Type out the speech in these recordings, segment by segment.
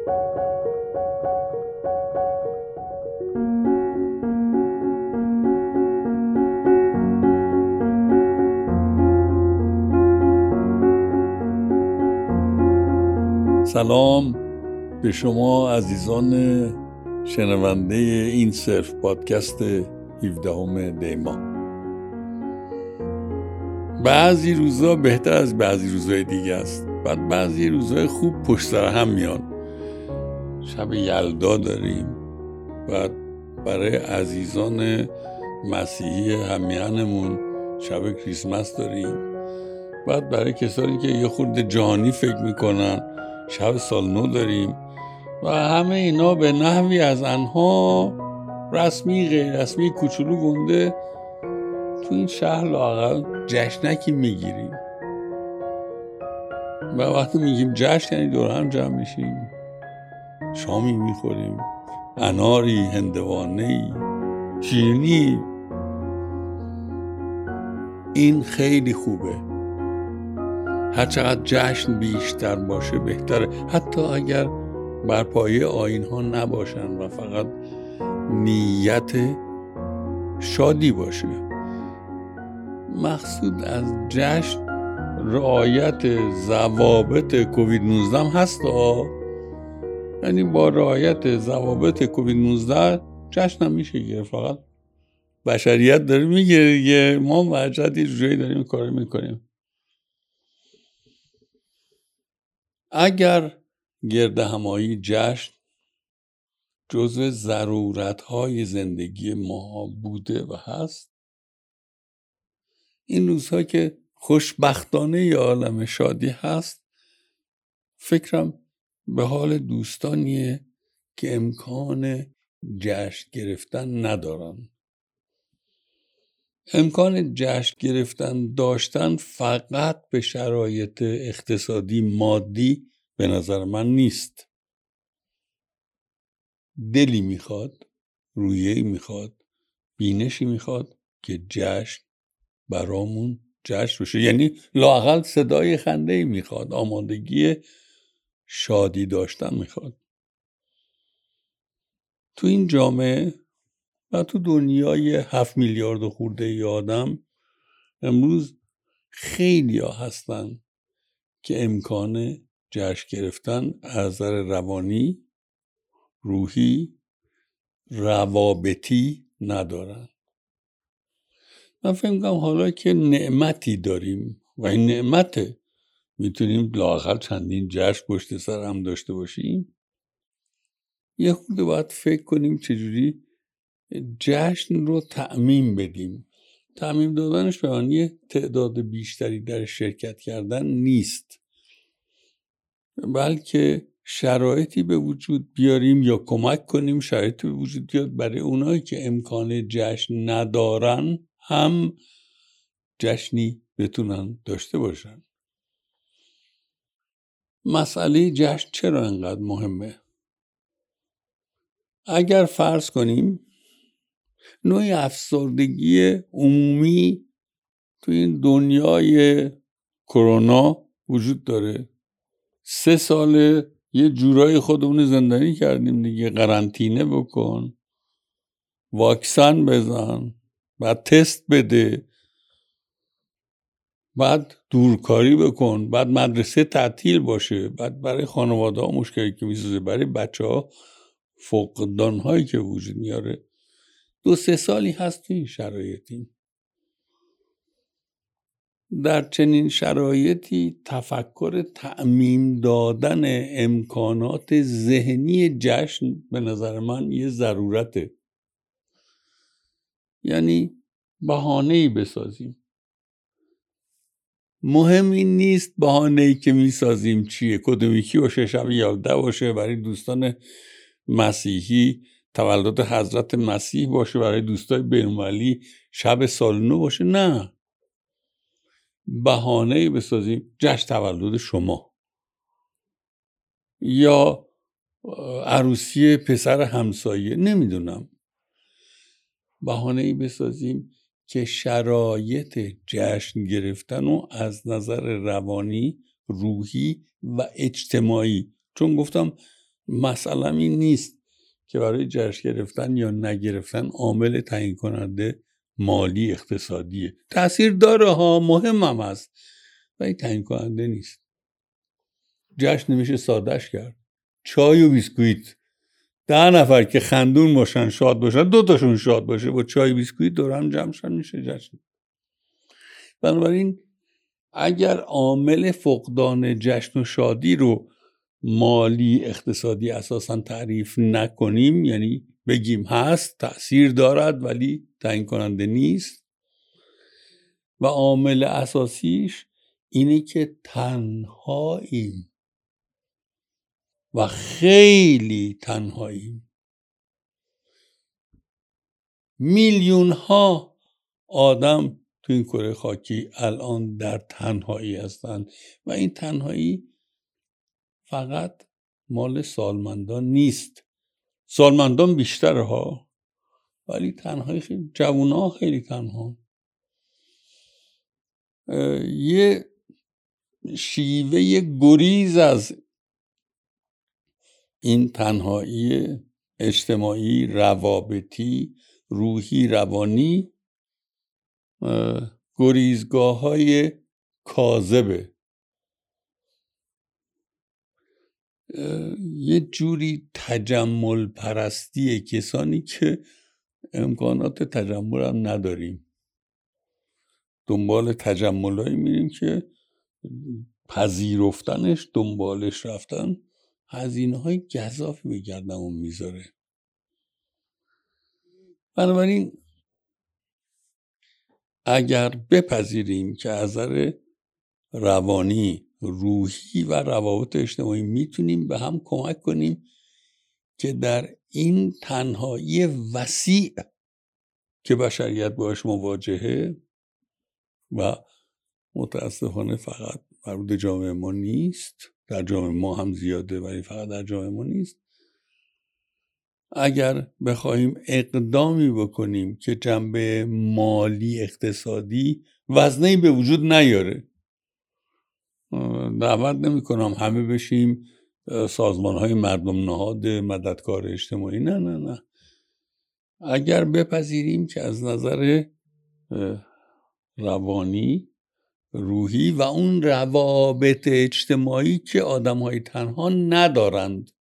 سلام به شما عزیزان شنونده این صرف پادکست 17 دی ماه. بعضی روزا بهتر از بعضی روزهای دیگه است. بعد بعضی روزهای خوب پشت سر هم میان. شب یلدا داریم. بعد برای عزیزان مسیحی همیهنمون شب کریسمس داریم. بعد برای کسانی که یه خورده جهانی فکر میکنن شب سال نو داریم و همه اینا به نحوی از آنها رسمی غیر رسمی کوچولو گنده تو این شهر لااقل جشنکی میگیریم و وقتی میگیم جشن یعنی دور هم جمع میشیم، شامی میخوریم، اناری، هندوانه‌ای، شیرینی. این خیلی خوبه. هر چقدر جشن بیشتر باشه بهتره، حتی اگر بر پایه آیین ها نباشن و فقط نیت شادی باشه. مقصود از جشن رعایت ضوابط کووید 19 هم هست. یعنی با رعایت ضوابط کووید 19 جشن هم میشه گرفت. فقط بشریت داره میگه دیگه، ما وحشت یه جوری داریم کار میکنیم. اگر گرد همایی جشن جزو ضرورت‌های زندگی ما بوده و هست، این روزها که خوشبختانه یه عالم شادی هست، فکرم به حال دوستانیه که امکان جشن گرفتن ندارن. امکان جشن گرفتن داشتن فقط به شرایط اقتصادی مادی به نظر من نیست. دلی میخواد، رویه‌ای میخواد، بینشی میخواد که جشن برامون جشن بشه. یعنی لااقل صدای خنده‌ای میخواد، آمادگی شادی داشتن میخواد. تو این جامعه و تو دنیای 7 میلیارد خورده آدم امروز خیلی ها هستن که امکان جشن گرفتن از نظر روانی، روحی، روابطی ندارن. من فکر می‌کنم حالا که نعمتی داریم و این نعمته، میتونیم لااقل چندین جشن پشت سر هم داشته باشیم. یه خورده باید فکر کنیم چجوری جشن رو تعمیم بدیم. تعمیم دادنش به معنی تعداد بیشتری در شرکت کردن نیست، بلکه شرایطی به وجود بیاریم یا کمک کنیم شرایطی به وجود بیاد برای اونایی که امکان جشن ندارن هم جشنی بتونن داشته باشن. مسئله جشن چرا انقدر مهمه؟ اگر فرض کنیم نوعی افسردگی عمومی تو این دنیای کرونا وجود داره، 3 ساله یه جورایی خودمون زندانی کردیم دیگه، قرنطینه بکن، واکسن بزن، بعد تست بده، بعد دورکاری بکن، بعد مدرسه تعطیل باشه، بعد برای خانواده ها مشکلی که میسازه، برای بچه ها فقدان هایی که وجود میاره. 2-3 سالی هست این شرایطی. در چنین شرایطی تفکر تعمیم دادن امکانات ذهنی جشن به نظر من یه ضرورته. یعنی بهانه‌ای بسازیم. مهم این نیست بهانه‌ای که میسازیم چیه، کدوم یکی باشه، شب یلدا باشه برای دوستان مسیحی تولد حضرت مسیح باشه، برای دوستای بین‌المللی شب سال نو باشه. نه، بهانه‌ای بسازیم جشن تولد شما یا عروسی پسر همسایه، نمیدونم. بهانه‌ای بسازیم که شرایط جشن گرفتن رو از نظر روانی، روحی و اجتماعی، چون گفتم مسئله این نیست که برای جشن گرفتن یا نگرفتن عامل تعیین کننده مالی اقتصادیه. تأثیر داره ها، مهم هم هست، ولی تعیین کننده نیست. جشن نمیشه سادهش کرد. چای و بیسکویت، 10 نفر که خندون باشن، شاد باشن، 2 تاشون شاد باشه، با چای و بیسکویت دور هم جمع شن میشه جشن. بنابراین اگر عامل فقدان جشن و شادی رو مالی اقتصادی اساساً تعریف نکنیم، یعنی بگیم هست، تأثیر دارد ولی تعیین کننده نیست، و عامل اساسیش اینه که تنهاییم و خیلی تنهاییم. میلیون ها آدم تو این کره خاکی الان در تنهایی هستن و این تنهایی فقط مال سالمندان نیست. سالمندان بیشتره ها، ولی تنهایی خیلی، جوان ها خیلی تنها. یه شیوه گریز از این تنهایی اجتماعی، روابطی، روحی، روانی، گریزگاه های کاذبه. یه جوری تجمل پرستی کسانی که امکانات تجمل هم نداریم، دنبال تجملایی میریم که پذیرفتنش، دنبالش رفتن هزینه های گزافی به گردمون میذاره. بنابراین اگر بپذیریم که از نظر روانی، روحی و روابط اجتماعی میتونیم به هم کمک کنیم که در این تنهایی وسیع که بشریت باش مواجهه و متاسفانه فقط مربوط جامعه ما نیست، در جامعه ما هم زیاده ولی فقط در جامعه ما نیست، اگر بخوایم اقدامی بکنیم که جنبه مالی اقتصادی وزنه‌ای به وجود نیاره، دعوت نمی کنم همه بشیم سازمان‌های مردم نهاد مددکار اجتماعی، نه، اگر بپذیریم که از نظر روانی، روحی و اون روابط اجتماعی که آدم‌های تنها ندارند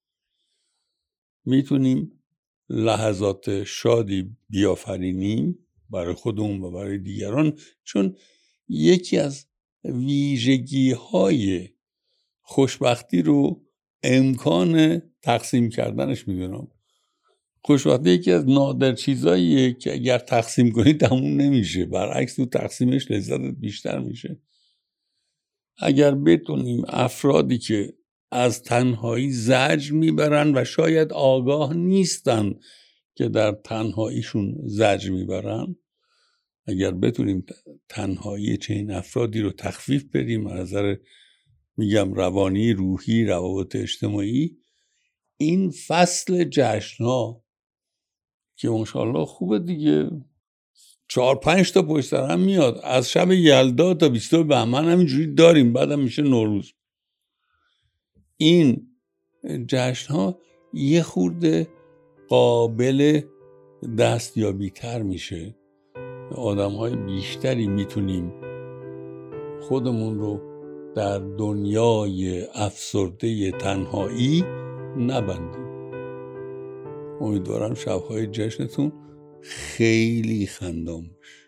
میتونیم لحظات شادی بیافرینیم برای خودمون و برای دیگران، چون یکی از ویژگی‌های خوشبختی رو امکان تقسیم کردنش میدونم. خوشبختی یکی از نادر چیزاییه که اگر تقسیم کنی تموم نمیشه، برعکس تو تقسیمش لذتت بیشتر میشه. اگر بتونیم افرادی که از تنهایی زجر میبرن و شاید آگاه نیستن که در تنهاییشون زجر میبرن، اگر بتونیم تنهایی چنین افرادی رو تخفیف بدیم از نظر میگم روانی، روحی، روابط اجتماعی، این فصل جشن‌ها که ماشاءالله خوبه دیگه، 4-5 تا پشت سر هم میاد، از شب یلدا تا 22 بهمن همینجوری داریم، بعدم میشه نوروز. این جشن‌ها یه خورده قابل دستیابی تر میشه، آدم‌های بیشتری میتونیم خودمون رو در دنیای افسرده تنهایی نبندیم. امیدوارم شب‌های جشنتون خیلی خندان باشه.